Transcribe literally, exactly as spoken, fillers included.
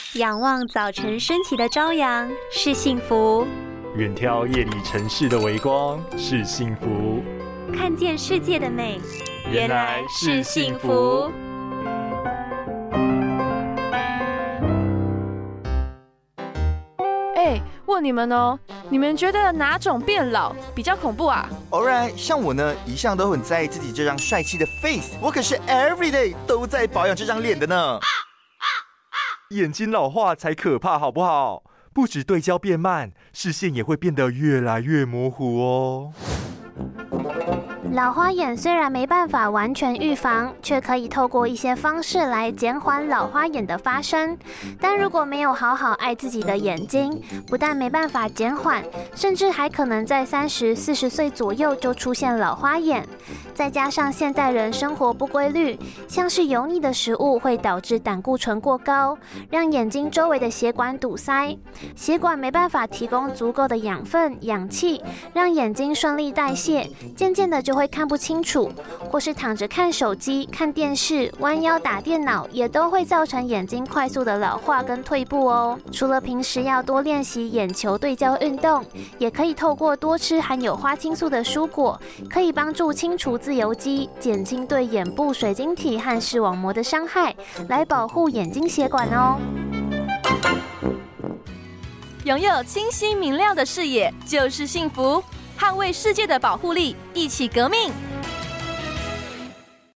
仰望早晨升起的朝阳是幸福， 远眺夜里城市的微光是幸福， 看见世界的美原来是幸福。 哎，问你们哦，你们觉得哪种变老比较恐怖啊 ？Alright， 像我呢，一向都很在意自己这张帅气的 face， 我可是 everyday 都在保养这张脸的呢。 眼睛老化才可怕，好不好？不止对焦变慢，视线也会变得越来越模糊哦。 老花眼虽然没办法完全预防，却可以透过一些方式来减缓老花眼的发生。但如果没有好好爱自己的眼睛，不但没办法减缓，甚至还可能在三十、四十岁左右就出现老花眼。再加上现代人生活不规律，像是油腻的食物会导致胆固醇过高，让眼睛周围的血管堵塞，血管没办法提供足够的养分、氧气，让眼睛顺利代谢，渐渐的就会看不清楚，或是躺着看手机、看电视、弯腰打电脑，也都会造成眼睛快速的老化跟退步哦。除了平时要多练习眼球对焦运动，也可以透过多吃含有花青素的蔬果，可以帮助清除自由基，减轻对眼部水晶体和视网膜的伤害，来保护眼睛血管哦。 拥有清晰明亮的视野就是幸福，捍卫世界的保护力，一起革命。